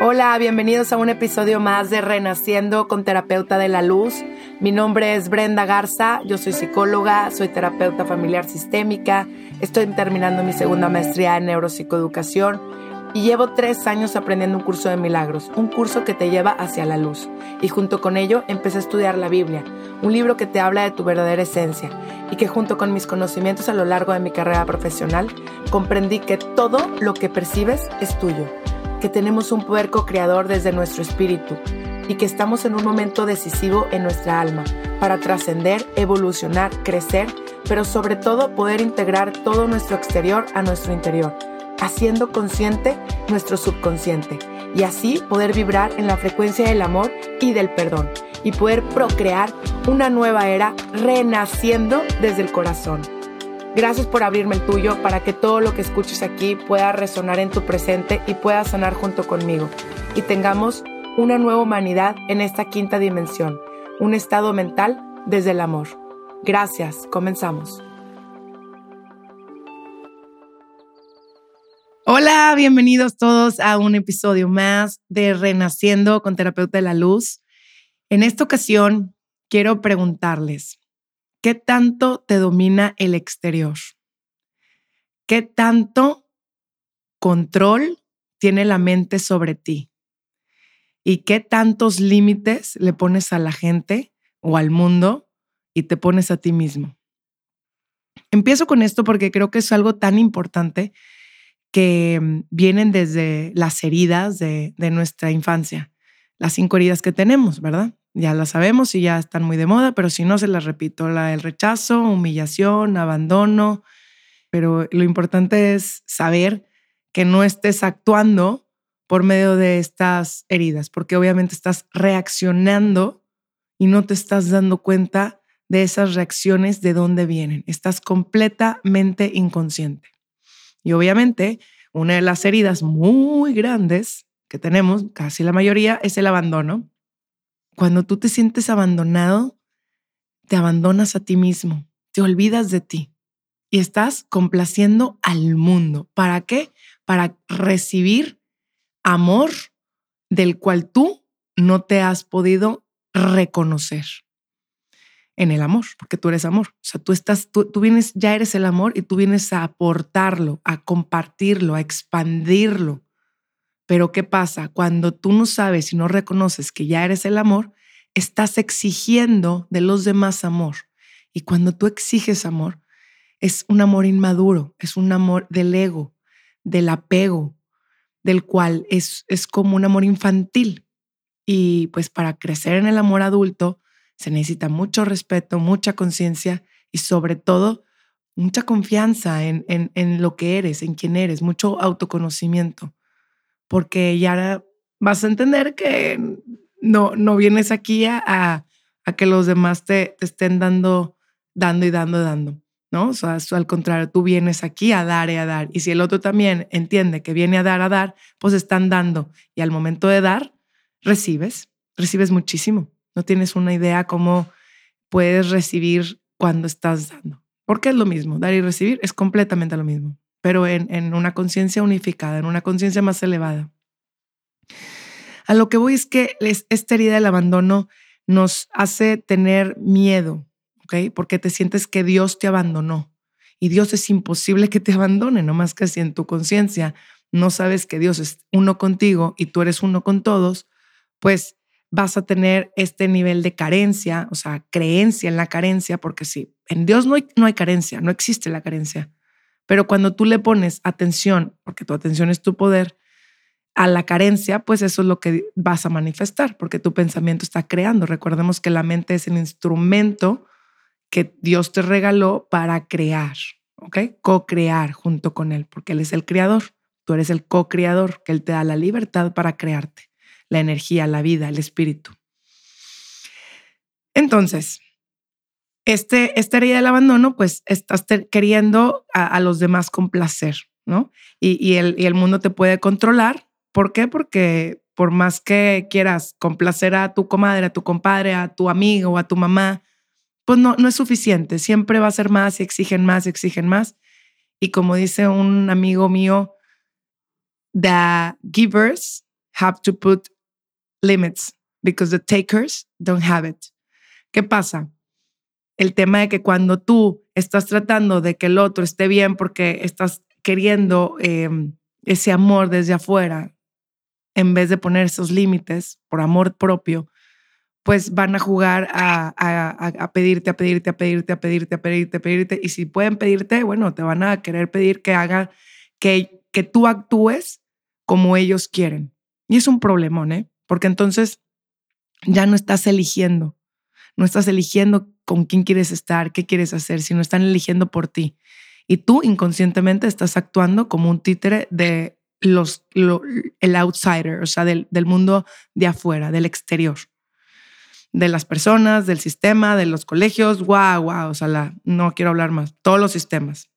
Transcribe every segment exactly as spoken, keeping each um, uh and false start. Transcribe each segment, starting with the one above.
Hola, bienvenidos a un episodio más de Renaciendo con Terapeuta de la Luz. Mi nombre es Brenda Garza, yo soy psicóloga, soy terapeuta familiar sistémica, estoy terminando mi segunda maestría en neuropsicoeducación y llevo tres años aprendiendo un curso de milagros, un curso que te lleva hacia la luz. Y junto con ello empecé a estudiar la Biblia, un libro que te habla de tu verdadera esencia y que junto con mis conocimientos a lo largo de mi carrera profesional comprendí que todo lo que percibes es tuyo, que tenemos un poder co-creador desde nuestro espíritu y que estamos en un momento decisivo en nuestra alma para trascender, evolucionar, crecer, pero sobre todo poder integrar todo nuestro exterior a nuestro interior, haciendo consciente nuestro subconsciente y así poder vibrar en la frecuencia del amor y del perdón y poder procrear una nueva era renaciendo desde el corazón. Gracias por abrirme el tuyo para que todo lo que escuches aquí pueda resonar en tu presente y pueda sanar junto conmigo. Y tengamos una nueva humanidad en esta quinta dimensión, un estado mental desde el amor. Gracias, comenzamos. Hola, bienvenidos todos a un episodio más de Renaciendo con Terapeuta de la Luz. En esta ocasión quiero preguntarles, ¿qué tanto te domina el exterior? ¿Qué tanto control tiene la mente sobre ti? ¿Y qué tantos límites le pones a la gente o al mundo y te pones a ti mismo? Empiezo con esto porque creo que es algo tan importante que vienen desde las heridas de, de nuestra infancia. Las cinco heridas que tenemos, ¿verdad? Ya las sabemos y ya están muy de moda, pero si no, se las repito. La del rechazo, humillación, abandono. Pero lo importante es saber que no estés actuando por medio de estas heridas, porque obviamente estás reaccionando y no te estás dando cuenta de esas reacciones, de dónde vienen. Estás completamente inconsciente. Y obviamente, una de las heridas muy grandes que tenemos, casi la mayoría, es el abandono. Cuando tú te sientes abandonado, te abandonas a ti mismo, te olvidas de ti y estás complaciendo al mundo. ¿Para qué? Para recibir amor del cual tú no te has podido reconocer en el amor, porque tú eres amor. O sea, tú estás, tú, tú vienes, ya eres el amor y tú vienes a aportarlo, a compartirlo, a expandirlo. Pero ¿qué pasa? Cuando tú no sabes y no reconoces que ya eres el amor, estás exigiendo de los demás amor. Y cuando tú exiges amor, es un amor inmaduro, es un amor del ego, del apego, del cual es, es como un amor infantil. Y pues para crecer en el amor adulto se necesita mucho respeto, mucha conciencia y sobre todo mucha confianza en, en, en lo que eres, en quién eres, mucho autoconocimiento. Porque ya vas a entender que no, no vienes aquí a, a, a que los demás te, te estén dando, dando y dando, dando, ¿no? O sea, al contrario, tú vienes aquí a dar y a dar. Y si el otro también entiende que viene a dar, a dar, pues están dando. Y al momento de dar, recibes, recibes muchísimo. No tienes una idea cómo puedes recibir cuando estás dando. Porque es lo mismo, dar y recibir es completamente lo mismo, pero en, en una conciencia unificada, en una conciencia más elevada. A lo que voy es que es, esta herida del abandono nos hace tener miedo, ¿ok? Porque te sientes que Dios te abandonó y Dios es imposible que te abandone, no más que si en tu conciencia no sabes que Dios es uno contigo y tú eres uno con todos, pues vas a tener este nivel de carencia, o sea, creencia en la carencia, porque sí, en Dios no hay, no hay carencia, no existe la carencia. Pero cuando tú le pones atención, porque tu atención es tu poder, a la carencia, pues eso es lo que vas a manifestar, porque tu pensamiento está creando. Recordemos que la mente es el instrumento que Dios te regaló para crear, ¿ok? Co-crear junto con Él, porque Él es el creador. Tú eres el co-creador, que Él te da la libertad para crearte, la energía, la vida, el espíritu. Entonces, Este, esta herida del abandono, pues estás te, queriendo a, a los demás complacer, ¿no? Y, y, el, y el mundo te puede controlar. ¿Por qué? Porque por más que quieras complacer a tu comadre, a tu compadre, a tu amigo o a tu mamá, pues no, no es suficiente. Siempre va a ser más y exigen más y exigen más. Y como dice un amigo mío, the givers have to put limits because the takers don't have it. ¿Qué pasa? El tema de que cuando tú estás tratando de que el otro esté bien porque estás queriendo eh, ese amor desde afuera, en vez de poner esos límites por amor propio, pues van a jugar a, a, a pedirte, a pedirte, a pedirte, a pedirte, a pedirte, a pedirte. Y si pueden pedirte, bueno, te van a querer pedir que haga, que, que tú actúes como ellos quieren. Y es un problemón, ¿eh? Porque entonces ya no estás eligiendo. No estás eligiendo con quién quieres estar, qué quieres hacer, sino están eligiendo por ti. Y tú inconscientemente estás actuando como un títere de los, lo, el outsider, o sea, del, del mundo de afuera, del exterior. De las personas, del sistema, de los colegios, guau, guau, o sea, la, no quiero hablar más, todos los sistemas.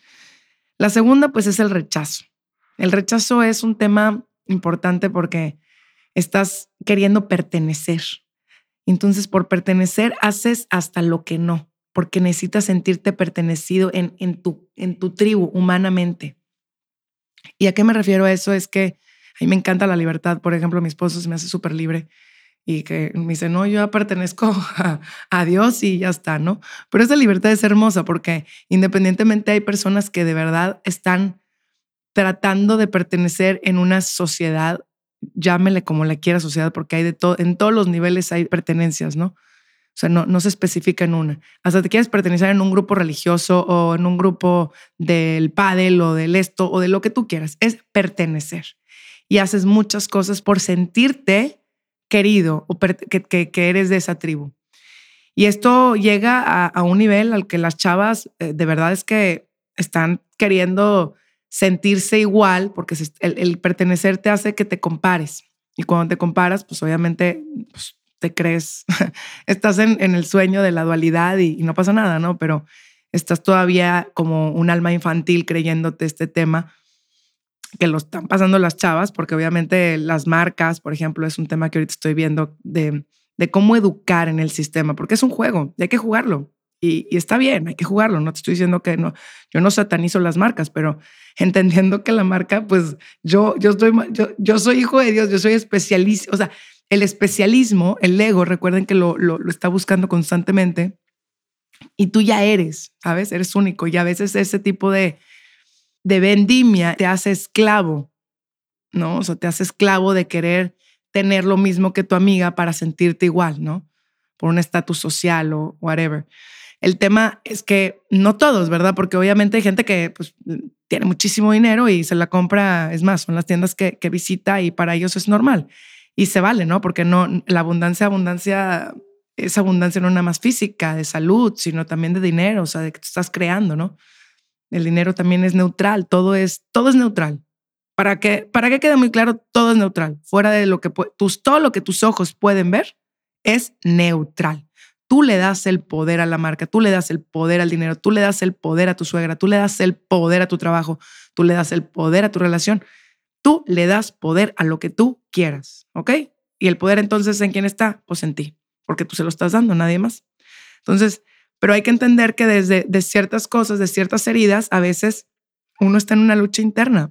La segunda, pues, es el rechazo. El rechazo es un tema importante porque estás queriendo pertenecer. Entonces, por pertenecer, haces hasta lo que no, porque necesitas sentirte pertenecido en, en, tu, en tu tribu, humanamente. ¿Y a qué me refiero a eso? Es que a mí me encanta la libertad. Por ejemplo, mi esposo se me hace súper libre y que me dice, no, yo ya pertenezco a, a Dios y ya está, ¿no? Pero esa libertad es hermosa porque independientemente hay personas que de verdad están tratando de pertenecer en una sociedad, llámele como la quiera sociedad, porque hay de todo, en todos los niveles hay pertenencias, ¿no? O sea, no, no se especifica en una. Hasta te quieres pertenecer en un grupo religioso o en un grupo del pádel o del esto o de lo que tú quieras. Es pertenecer. Y haces muchas cosas por sentirte querido o que, que, que eres de esa tribu. Y esto llega a, a un nivel al que las chavas eh, de verdad es que están queriendo sentirse igual porque el, el pertenecer te hace que te compares. Y cuando te comparas, pues obviamente pues, te crees, estás en, en el sueño de la dualidad y, y no pasa nada, ¿no? Pero estás todavía como un alma infantil creyéndote este tema que lo están pasando las chavas, porque obviamente las marcas, por ejemplo, es un tema que ahorita estoy viendo de, de cómo educar en el sistema, porque es un juego y hay que jugarlo. Y, y está bien, hay que jugarlo. No te estoy diciendo que no, yo no satanizo las marcas, pero entendiendo que la marca, pues yo, yo, estoy, yo, yo soy hijo de Dios, yo soy especialista. O sea, el especialismo, el ego, recuerden que lo, lo, lo está buscando constantemente y tú ya eres, ¿sabes? Eres único y a veces ese tipo de, de vendimia te hace esclavo, ¿no? O sea, te hace esclavo de querer tener lo mismo que tu amiga para sentirte igual, ¿no? Por un estatus social o whatever. El tema es que no todos, ¿verdad? Porque obviamente hay gente que pues, tiene muchísimo dinero y se la compra, es más, son las tiendas que, que visita y para ellos es normal. Y se vale, ¿no? Porque no, la abundancia, abundancia, esa abundancia no nada más física, de salud, sino también de dinero, o sea, de que tú estás creando, ¿no? El dinero también es neutral, todo es, todo es neutral. Para que, para que quede muy claro, todo es neutral. Fuera de lo que tus, todo lo que tus ojos pueden ver es neutral. Tú le das el poder a la marca, tú le das el poder al dinero, tú le das el poder a tu suegra, tú le das el poder a tu trabajo, tú le das el poder a tu relación, tú le das poder a lo que tú quieras, ¿ok? Y el poder entonces, ¿en quién está? Pues en ti, porque tú se lo estás dando a nadie más. Entonces, pero hay que entender que desde de ciertas cosas, de ciertas heridas, a veces uno está en una lucha interna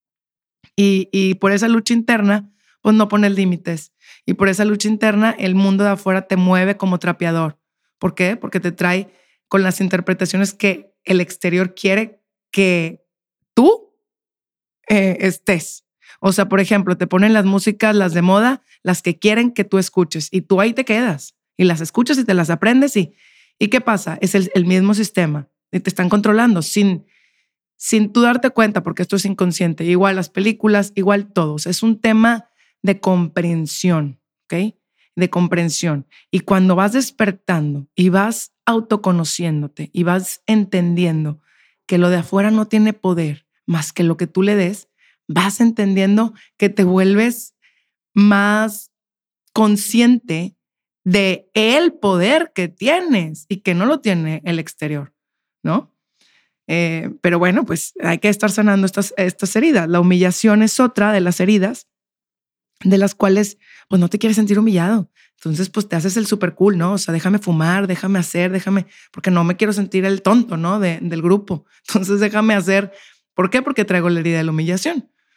y, y por esa lucha interna, pues no pones límites. Y por esa lucha interna, el mundo de afuera te mueve como trapeador. ¿Por qué? Porque te trae con las interpretaciones que el exterior quiere que tú eh, estés. O sea, por ejemplo, te ponen las músicas, las de moda, las que quieren que tú escuches y tú ahí te quedas y las escuchas y te las aprendes y, ¿y qué pasa? Es el, el mismo sistema y te están controlando sin, sin tú darte cuenta porque esto es inconsciente. Igual las películas, igual todos. Es un tema de comprensión, ¿ok? De comprensión. Y cuando vas despertando y vas autoconociéndote y vas entendiendo que lo de afuera no tiene poder más que lo que tú le des, vas entendiendo que te vuelves más consciente de el poder que tienes y que no lo tiene el exterior, ¿no? Eh, pero bueno, pues hay que estar sanando estas, estas heridas. La humillación es otra de las heridas de las cuales pues no te quieres sentir humillado. Entonces pues te haces el super cool, ¿no? O sea, déjame fumar, déjame hacer, déjame, porque no me quiero sentir el tonto, ¿no? De, del grupo. Entonces déjame hacer. ¿Por qué? Porque traigo la herida de la humillación.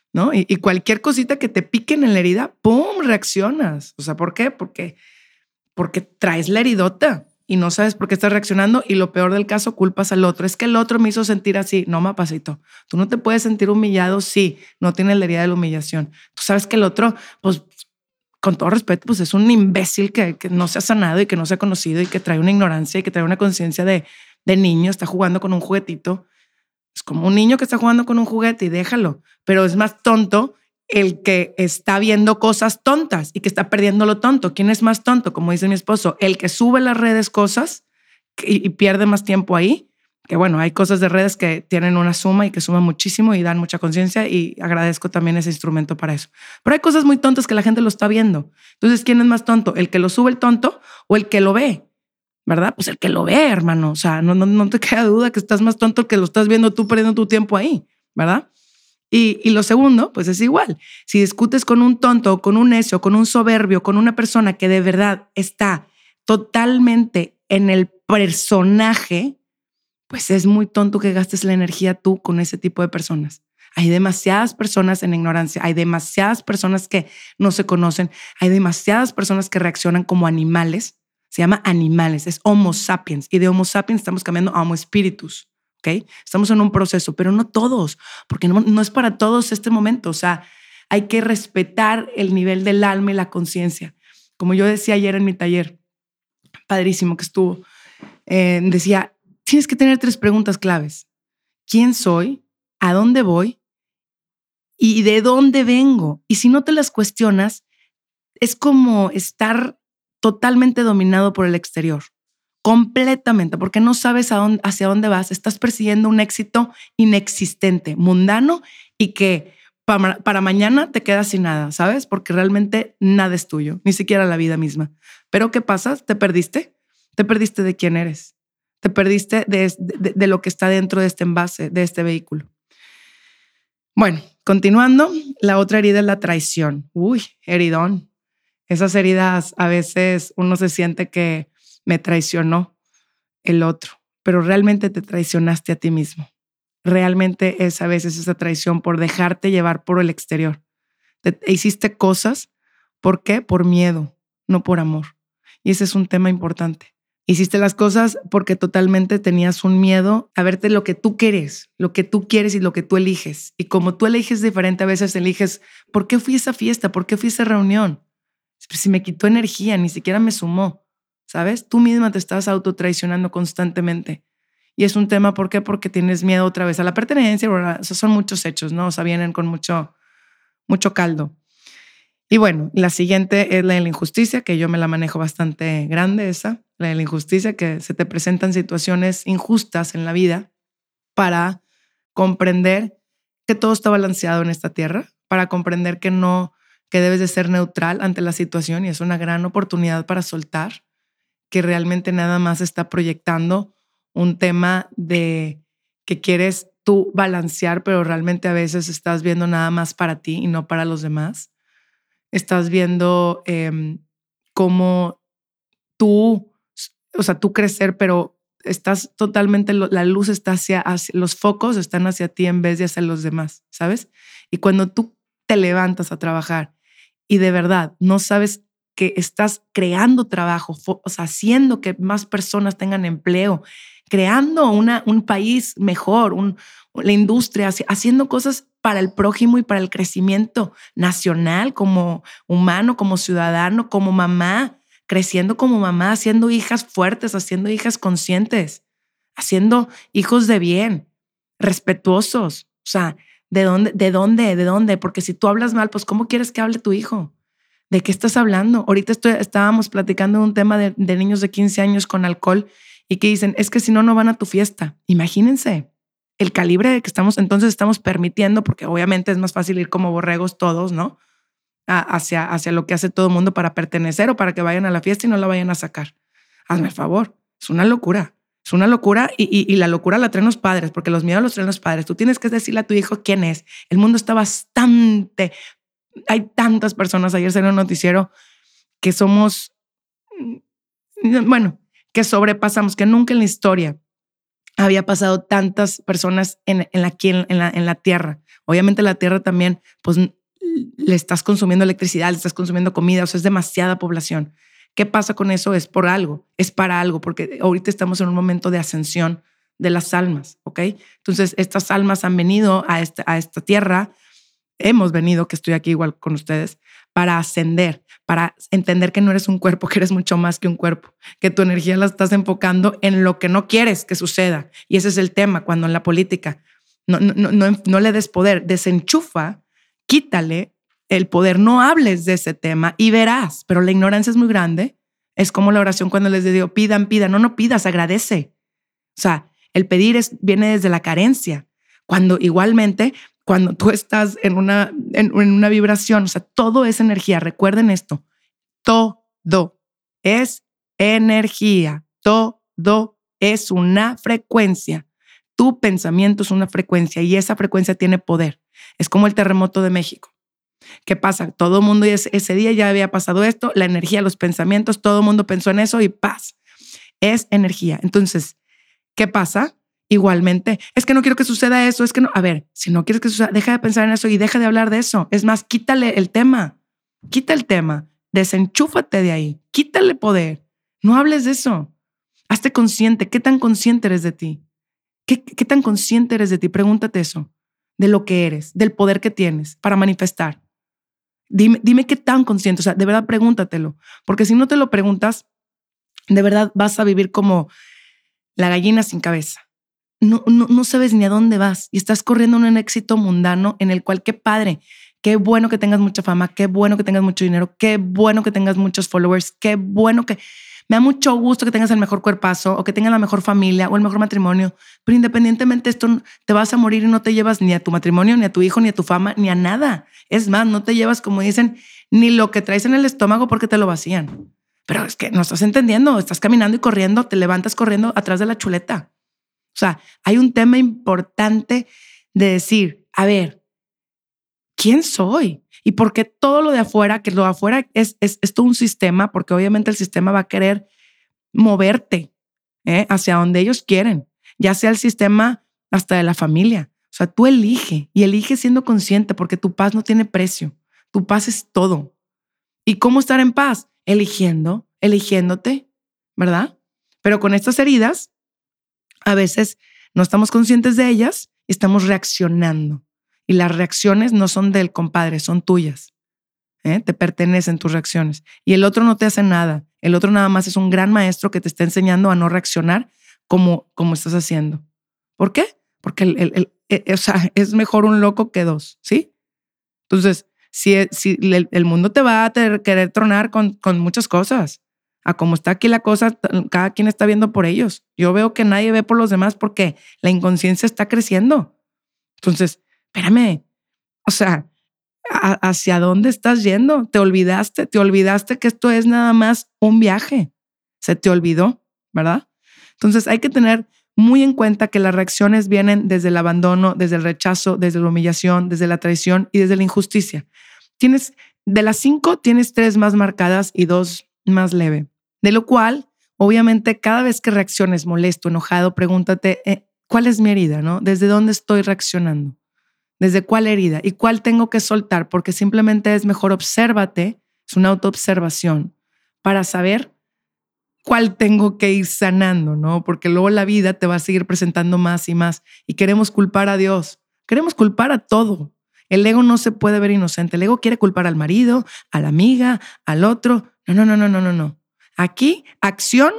¿no? Y, y cualquier cosita que te piquen en la herida, ¡pum!, reaccionas. O sea, ¿por qué? Porque, porque traes la heridota y no sabes por qué estás reaccionando y lo peor del caso, culpas al otro. Es que el otro me hizo sentir así. No, mapacito. Tú no te puedes sentir humillado si no tienes la herida de la humillación. Tú sabes que el otro, pues, con todo respeto, pues es un imbécil que, que no se ha sanado y que no se ha conocido y que trae una ignorancia y que trae una conciencia de, de niño, está jugando con un juguetito. Es como un niño que está jugando con un juguete y déjalo. Pero es más tonto el que está viendo cosas tontas y que está perdiendo lo tonto. ¿Quién es más tonto? Como dice mi esposo, el que sube a las redes cosas y, y pierde más tiempo ahí. Que bueno, hay cosas de redes que tienen una suma y que suman muchísimo y dan mucha conciencia y agradezco también ese instrumento para eso. Pero hay cosas muy tontas que la gente lo está viendo. Entonces, ¿quién es más tonto? ¿El que lo sube el tonto o el que lo ve? ¿Verdad? Pues el que lo ve, hermano. O sea, no, no, no te queda duda que estás más tonto que lo estás viendo tú perdiendo tu tiempo ahí, ¿verdad? Y, y lo segundo, pues es igual. Si discutes con un tonto, con un necio, con un soberbio, con una persona que de verdad está totalmente en el personaje, pues es muy tonto que gastes la energía tú con ese tipo de personas. Hay demasiadas personas en ignorancia, hay demasiadas personas que no se conocen, hay demasiadas personas que reaccionan como animales. Se llama animales, es Homo sapiens. Y de Homo sapiens estamos cambiando a Homo spiritus, ¿ok? Estamos en un proceso, pero no todos, porque no, no es para todos este momento. O sea, hay que respetar el nivel del alma y la conciencia. Como yo decía ayer en mi taller, padrísimo que estuvo, eh, decía, tienes que tener tres preguntas claves. ¿Quién soy? ¿A dónde voy? ¿Y de dónde vengo? Y si no te las cuestionas, es como estar totalmente dominado por el exterior, completamente, porque no sabes a dónde, hacia dónde vas. Estás persiguiendo un éxito inexistente, mundano y que para, para mañana te quedas sin nada, ¿sabes? Porque realmente nada es tuyo, ni siquiera la vida misma. Pero ¿qué pasa? Te perdiste. Te perdiste de quién eres. Te perdiste de, de, de lo que está dentro de este envase, de este vehículo. Bueno, continuando, la otra herida es la traición. Uy, heridón. Esas heridas a veces uno se siente que me traicionó el otro, pero realmente te traicionaste a ti mismo. Realmente es a veces esa traición por dejarte llevar por el exterior. Te, te hiciste cosas, ¿por qué? Por miedo, no por amor. Y ese es un tema importante. Hiciste las cosas porque totalmente tenías un miedo a verte lo que tú quieres, lo que tú quieres y lo que tú eliges. Y como tú eliges diferente, a veces eliges, ¿por qué fui a esa fiesta? ¿Por qué fui a esa reunión? Si me quitó energía, ni siquiera me sumó, ¿sabes? Tú misma te estás autotraicionando constantemente. Y es un tema, ¿por qué? Porque tienes miedo otra vez a la pertenencia. O sea, son muchos hechos, ¿no? O sea, vienen con mucho, mucho caldo. Y bueno, la siguiente es la de la injusticia, que yo me la manejo bastante grande esa. La de la injusticia, que se te presentan situaciones injustas en la vida para comprender que todo está balanceado en esta tierra, para comprender que no, que debes de ser neutral ante la situación y es una gran oportunidad para soltar, que realmente nada más está proyectando un tema de que quieres tú balancear, pero realmente a veces estás viendo nada más para ti y no para los demás. Estás viendo eh, cómo tú, o sea, tú crecer, pero estás totalmente, la luz está hacia, hacia, los focos están hacia ti en vez de hacia los demás, ¿sabes? Y cuando tú te levantas a trabajar y de verdad no sabes que estás creando trabajo, o sea, haciendo que más personas tengan empleo, creando una, un país mejor, un, la industria, haciendo cosas para el prójimo y para el crecimiento nacional como humano, como ciudadano, como mamá, creciendo como mamá, haciendo hijas fuertes, haciendo hijas conscientes, haciendo hijos de bien, respetuosos. O sea, ¿de dónde, de dónde, de dónde? Porque si tú hablas mal, pues ¿cómo quieres que hable tu hijo? ¿De qué estás hablando? Ahorita estoy, estábamos platicando de un tema de, de niños de quince años con alcohol y que dicen, es que si no, no van a tu fiesta. Imagínense el calibre de que estamos, entonces estamos permitiendo, porque obviamente es más fácil ir como borregos todos, ¿no? Hacia, hacia lo que hace todo el mundo para pertenecer o para que vayan a la fiesta y no la vayan a sacar. Hazme el favor, es una locura. Es una locura y, y, y la locura la traen los padres, porque los miedos los traen los padres. Tú tienes que decirle a tu hijo quién es. El mundo está bastante... Hay tantas personas, ayer salió un noticiero, que somos, bueno, que sobrepasamos, que nunca en la historia había pasado tantas personas en, en, la, aquí en, en, la, en la tierra. Obviamente la tierra también, pues le estás consumiendo electricidad, le estás consumiendo comida, o sea, es demasiada población. ¿Qué pasa con eso? Es por algo, es para algo, porque ahorita estamos en un momento de ascensión de las almas, ¿ok? Entonces, estas almas han venido a esta, a esta tierra, hemos venido, que estoy aquí igual con ustedes, para ascender, para entender que no eres un cuerpo, que eres mucho más que un cuerpo, que tu energía la estás enfocando en lo que no quieres que suceda. Y ese es el tema cuando en la política no, no, no, no le des poder, desenchufa, quítale el poder, no hables de ese tema y verás, pero la ignorancia es muy grande. Es como la oración cuando les digo, pidan, pidan, no, no pidas, agradece. O sea, el pedir es, viene desde la carencia. Cuando igualmente, cuando tú estás en una, en, en una vibración, o sea, todo es energía. Recuerden esto, todo es energía, todo es una frecuencia. Tu pensamiento es una frecuencia y esa frecuencia tiene poder. Es como el terremoto de México. ¿Qué pasa? Todo el mundo ese, ese día ya había pasado esto, la energía, los pensamientos, todo el mundo pensó en eso y paz. Es energía. Entonces, ¿qué pasa? Igualmente, es que no quiero que suceda eso, es que no. A ver, si no quieres que suceda, deja de pensar en eso y deja de hablar de eso. Es más, quítale el tema, quita el tema, desenchúfate de ahí, quítale poder. No hables de eso. Hazte consciente. ¿Qué tan consciente eres de ti? ¿Qué, qué tan consciente eres de ti? Pregúntate eso, de lo que eres, del poder que tienes para manifestar. Dime, dime qué tan consciente, o sea, de verdad pregúntatelo, porque si no te lo preguntas, de verdad vas a vivir como la gallina sin cabeza. No, no, no sabes ni a dónde vas y estás corriendo en un éxito mundano en el cual qué padre, qué bueno que tengas mucha fama, qué bueno que tengas mucho dinero, qué bueno que tengas muchos followers, qué bueno que... Me da mucho gusto que tengas el mejor cuerpazo o que tengas la mejor familia o el mejor matrimonio, pero independientemente de esto, te vas a morir y no te llevas ni a tu matrimonio, ni a tu hijo, ni a tu fama, ni a nada. Es más, no te llevas, como dicen, ni lo que traes en el estómago porque te lo vacían. Pero es que no estás entendiendo, estás caminando y corriendo, te levantas corriendo atrás de la chuleta. O sea, hay un tema importante de decir, a ver, ¿quién soy? Y por qué todo lo de afuera, que lo de afuera es, es, es todo un sistema, porque obviamente el sistema va a querer moverte ¿eh? hacia donde ellos quieren, ya sea el sistema hasta de la familia. O sea, tú elige y elige siendo consciente porque tu paz no tiene precio. Tu paz es todo. ¿Y cómo estar en paz? Eligiendo, eligiéndote, ¿verdad? Pero con estas heridas, a veces no estamos conscientes de ellas y estamos reaccionando. Y las reacciones no son del compadre, son tuyas. ¿Eh? Te pertenecen tus reacciones. Y el otro no te hace nada. El otro nada más es un gran maestro que te está enseñando a no reaccionar como, como estás haciendo. ¿Por qué? Porque el, el, el, el, o sea, es mejor un loco que dos, ¿sí? Entonces, si, si el, el mundo te va a ter, querer tronar con, con muchas cosas, a como está aquí la cosa, cada quien está viendo por ellos. Yo veo que nadie ve por los demás porque la inconsciencia está creciendo. Entonces, espérame, o sea, ¿hacia dónde estás yendo? Te olvidaste, te olvidaste que esto es nada más un viaje. Se te olvidó, ¿verdad? Entonces hay que tener muy en cuenta que las reacciones vienen desde el abandono, desde el rechazo, desde la humillación, desde la traición y desde la injusticia. Tienes, de las cinco, tienes tres más marcadas y dos más leve. De lo cual, obviamente, cada vez que reacciones molesto, enojado, pregúntate, eh, ¿cuál es mi herida? ¿No? ¿Desde dónde estoy reaccionando? ¿Desde cuál herida? ¿Y cuál tengo que soltar? Porque simplemente es mejor obsérvate, es una autoobservación, para saber cuál tengo que ir sanando, ¿no? Porque luego la vida te va a seguir presentando más y más y queremos culpar a Dios, queremos culpar a todo. El ego no se puede ver inocente, el ego quiere culpar al marido, a la amiga, al otro. No, no, no, no, no, no, no. Aquí, acción,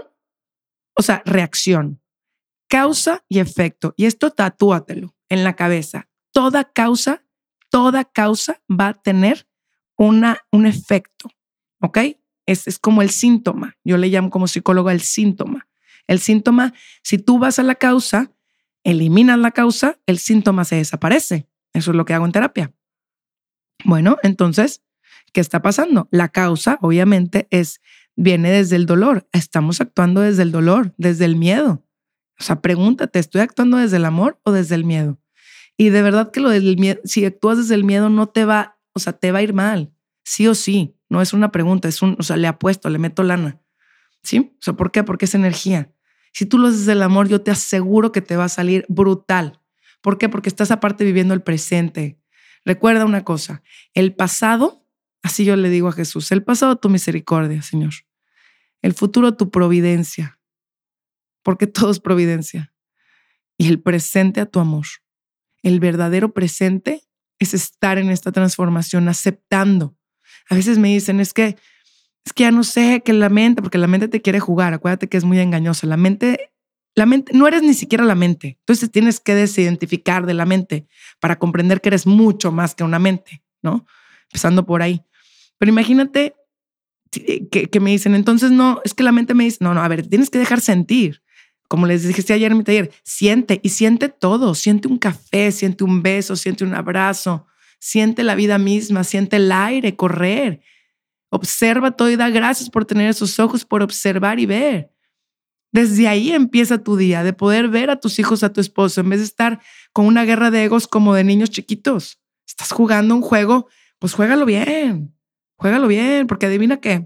o sea, reacción, causa y efecto. Y esto tatúatelo en la cabeza. Toda causa, toda causa va a tener una, un efecto, ¿ok? Es, es como el síntoma. Yo le llamo como psicóloga el síntoma. El síntoma, si tú vas a la causa, eliminas la causa, el síntoma se desaparece. Eso es lo que hago en terapia. Bueno, entonces, ¿qué está pasando? La causa, obviamente, es, viene desde el dolor. Estamos actuando desde el dolor, desde el miedo. O sea, pregúntate, ¿estoy actuando desde el amor o desde el miedo? Y de verdad que lo del miedo, si actúas desde el miedo, no te va, o sea, te va a ir mal. Sí o sí. No es una pregunta, es un, o sea, le apuesto, le meto lana. ¿Sí? O sea, ¿por qué? Porque es energía. Si tú lo haces del amor, yo te aseguro que te va a salir brutal. ¿Por qué? Porque estás aparte viviendo el presente. Recuerda una cosa, el pasado, así yo le digo a Jesús, el pasado tu misericordia, Señor. El futuro tu providencia, porque todo es providencia. Y el presente a tu amor. El verdadero presente es estar en esta transformación, aceptando. A veces me dicen, es que, es que ya no sé, que la mente, porque la mente te quiere jugar, acuérdate que es muy engañosa. La mente, la mente, no eres ni siquiera la mente. Entonces tienes que desidentificar de la mente para comprender que eres mucho más que una mente, ¿no? Empezando por ahí. Pero imagínate que, que me dicen, entonces no, es que la mente me dice, no, no, a ver, tienes que dejar sentir. Como les dije ayer en mi taller, siente y siente todo. Siente un café, siente un beso, siente un abrazo, siente la vida misma, siente el aire correr. Observa todo y da gracias por tener esos ojos, por observar y ver. Desde ahí empieza tu día, de poder ver a tus hijos, a tu esposo, en vez de estar con una guerra de egos como de niños chiquitos. Estás jugando un juego, pues juégalo bien, juégalo bien, porque adivina qué.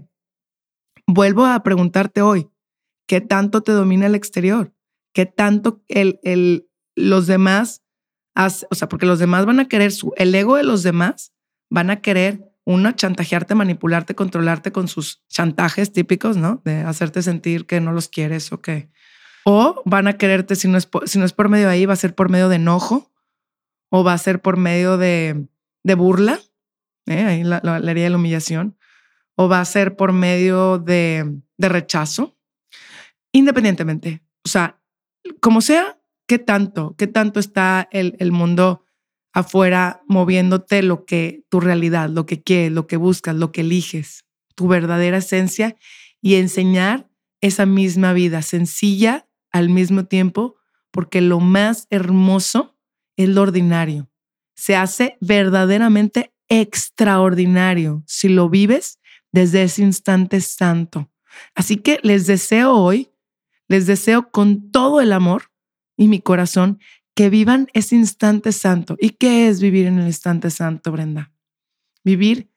Vuelvo a preguntarte hoy, ¿qué tanto te domina el exterior? ¿Qué tanto el, el, los demás, hace, o sea, porque los demás van a querer, su, el ego de los demás van a querer, uno, chantajearte, manipularte, controlarte con sus chantajes típicos, ¿no? De hacerte sentir que no los quieres o que... O van a quererte, si no es por, si no es por medio de ahí, va a ser por medio de enojo o va a ser por medio de, de burla, ¿eh? Ahí la, la, la herida de la humillación, o va a ser por medio de, de rechazo. Independientemente, o sea, como sea, ¿qué tanto, qué tanto está el, el mundo afuera moviéndote lo que tu realidad, lo que quieres, lo que buscas, lo que eliges, tu verdadera esencia y enseñar esa misma vida sencilla al mismo tiempo, porque lo más hermoso es lo ordinario. Se hace verdaderamente extraordinario si lo vives desde ese instante santo. Así que les deseo hoy, les deseo con todo el amor y mi corazón que vivan ese instante santo. ¿Y qué es vivir en el instante santo, Brenda? Vivir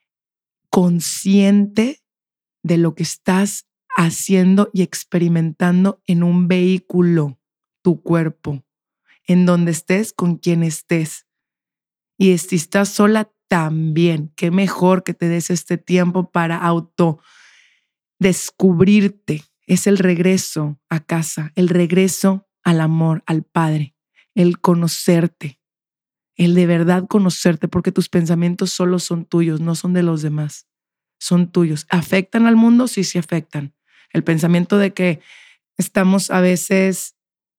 consciente de lo que estás haciendo y experimentando en un vehículo, tu cuerpo, en donde estés, con quien estés. Y si estás sola, también. Qué mejor que te des este tiempo para auto descubrirte. Es el regreso a casa, el regreso al amor, al Padre, el conocerte, el de verdad conocerte, porque tus pensamientos solo son tuyos, no son de los demás, son tuyos. ¿Afectan al mundo? Sí, sí afectan. El pensamiento de que estamos a veces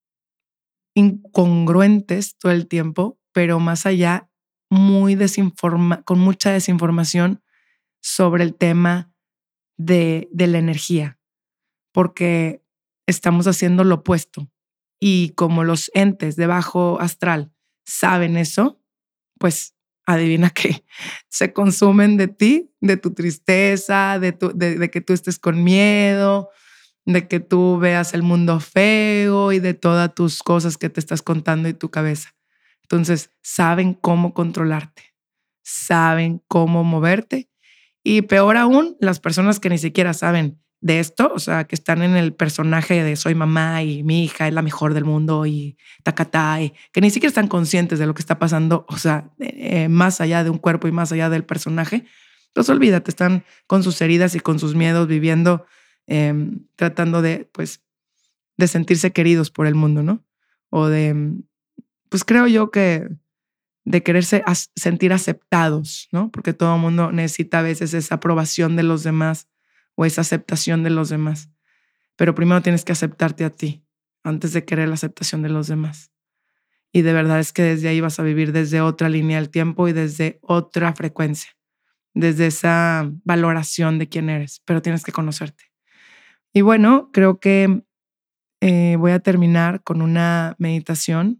incongruentes todo el tiempo, pero más allá, muy desinforma, con mucha desinformación sobre el tema de, de la energía, porque estamos haciendo lo opuesto. Y como los entes de bajo astral saben eso, pues adivina qué, se consumen de ti, de tu tristeza, de, tu, de, de que tú estés con miedo, de que tú veas el mundo feo y de todas tus cosas que te estás contando en tu cabeza. Entonces, saben cómo controlarte, saben cómo moverte y peor aún, las personas que ni siquiera saben de esto, o sea, que están en el personaje de soy mamá y mi hija es la mejor del mundo y tacatá, y que ni siquiera están conscientes de lo que está pasando, o sea, eh, más allá de un cuerpo y más allá del personaje. Entonces, olvídate, están con sus heridas y con sus miedos viviendo, eh, tratando de, pues, de sentirse queridos por el mundo, ¿no? O de, pues creo yo que de quererse as- sentir aceptados, ¿no? Porque todo el mundo necesita a veces esa aprobación de los demás o esa aceptación de los demás. Pero primero tienes que aceptarte a ti antes de querer la aceptación de los demás. Y de verdad es que desde ahí vas a vivir desde otra línea del tiempo y desde otra frecuencia, desde esa valoración de quién eres, pero tienes que conocerte. Y bueno, creo que eh, voy a terminar con una meditación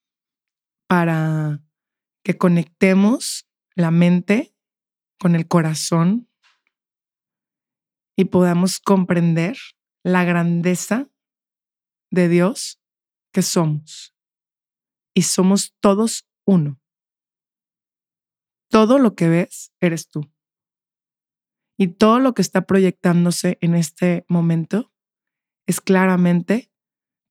para que conectemos la mente con el corazón y podamos comprender la grandeza de Dios que somos. Y somos todos uno. Todo lo que ves eres tú. Y todo lo que está proyectándose en este momento es claramente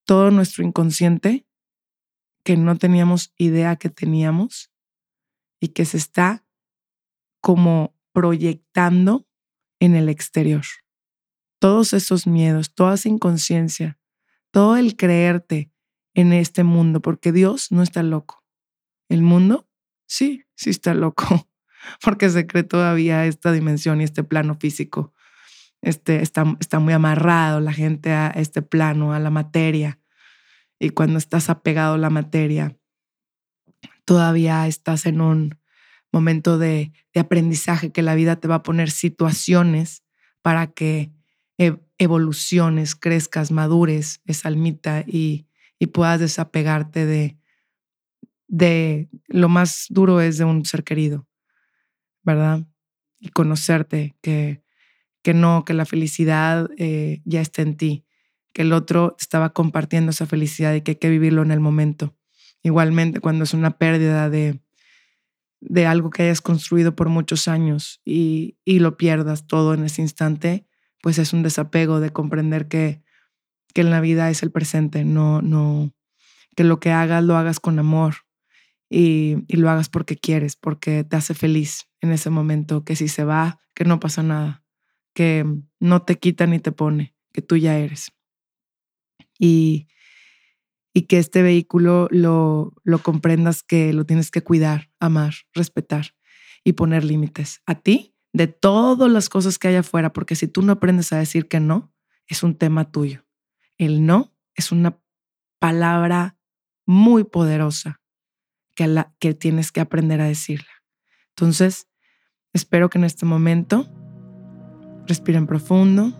todo nuestro inconsciente que no teníamos idea que teníamos y que se está como proyectando en el exterior. Todos esos miedos, toda esa inconsciencia, todo el creerte en este mundo, porque Dios no está loco. El mundo, sí, sí está loco, porque se cree todavía esta dimensión y este plano físico. Este, está, está muy amarrado la gente a este plano, a la materia. Y cuando estás apegado a la materia, todavía estás en un momento de, de aprendizaje, que la vida te va a poner situaciones para que e- evoluciones, crezcas, madures esa almita y, y puedas desapegarte de, de lo más duro es de un ser querido, ¿verdad? Y conocerte, que, que no, que la felicidad eh, ya está en ti, que el otro te estaba compartiendo esa felicidad y que hay que vivirlo en el momento. Igualmente, cuando es una pérdida de, de algo que hayas construido por muchos años y, y lo pierdas todo en ese instante, pues es un desapego de comprender que, que en la vida es el presente, no, no, que lo que hagas lo hagas con amor y, y lo hagas porque quieres, porque te hace feliz en ese momento, que si se va, que no pasa nada, que no te quita ni te pone, que tú ya eres. Y, y que este vehículo lo, lo comprendas, que lo tienes que cuidar, amar, respetar y poner límites a ti de todas las cosas que hay afuera, porque si tú no aprendes a decir que no, es un tema tuyo. El no es una palabra muy poderosa que, a la, que tienes que aprender a decirla. Entonces, espero que en este momento respiren profundo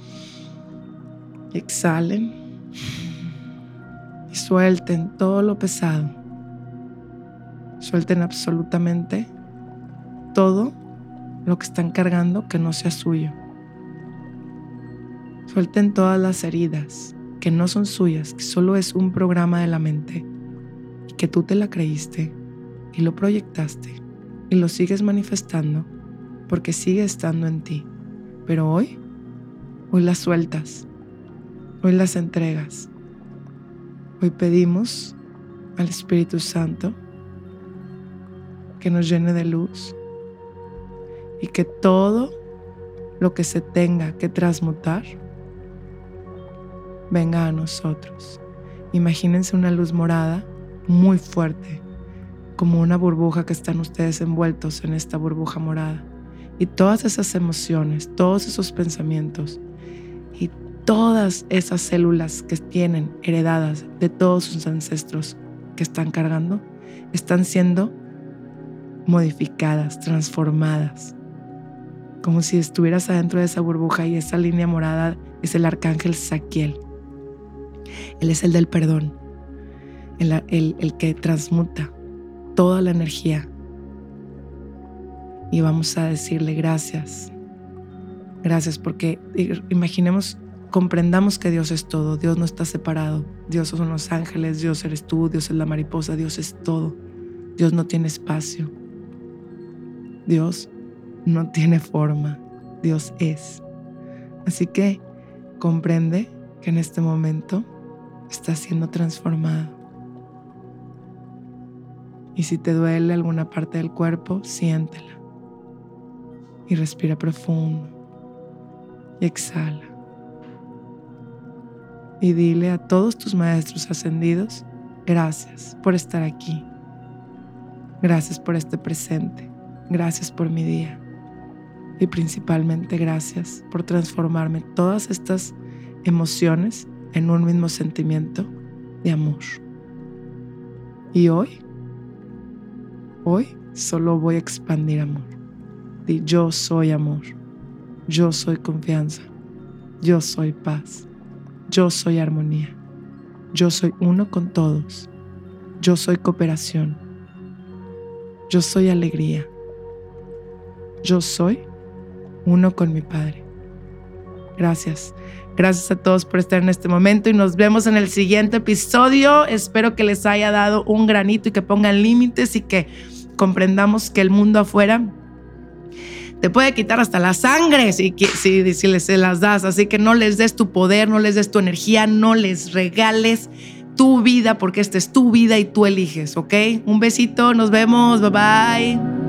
y exhalen y suelten todo lo pesado. Suelten absolutamente todo lo que están cargando que no sea suyo. Suelten todas las heridas que no son suyas, que solo es un programa de la mente y que tú te la creíste y lo proyectaste y lo sigues manifestando porque sigue estando en ti. Pero hoy, hoy las sueltas, hoy las entregas. Hoy pedimos al Espíritu Santo que nos llene de luz y que todo lo que se tenga que transmutar venga a nosotros. Imagínense una luz morada muy fuerte, como una burbuja, que están ustedes envueltos en esta burbuja morada. Y todas esas emociones, todos esos pensamientos y todas esas células que tienen heredadas de todos sus ancestros que están cargando, están siendo modificadas, transformadas, como si estuvieras adentro de esa burbuja. Y esa línea morada es el arcángel Zadkiel. Él es el del perdón, el, el, el que transmuta toda la energía. Y vamos a decirle gracias. Gracias, porque imaginemos, comprendamos que Dios es todo. Dios no está separado. Dios son los ángeles, Dios eres tú, Dios es la mariposa, Dios es todo. Dios no tiene espacio. Dios no tiene forma. Dios es. Así que comprende que en este momento estás siendo transformado. Y si te duele alguna parte del cuerpo, siéntela. Y respira profundo. Y exhala. Y dile a todos tus maestros ascendidos, gracias por estar aquí. Gracias por este presente. Gracias por mi día. Y principalmente gracias por transformarme todas estas emociones en un mismo sentimiento de amor. Y hoy, hoy solo voy a expandir amor. Di, yo soy amor. Yo soy confianza. Yo soy paz. Yo soy armonía. Yo soy uno con todos. Yo soy cooperación. Yo soy alegría. Yo soy uno con mi Padre. Gracias. Gracias a todos por estar en este momento y nos vemos en el siguiente episodio. Espero que les haya dado un granito y que pongan límites y que comprendamos que el mundo afuera te puede quitar hasta la sangre si, si, si les, se las das. Así que no les des tu poder, no les des tu energía, no les regales tu vida, porque esta es tu vida y tú eliges, ¿ok? Un besito, nos vemos, bye bye.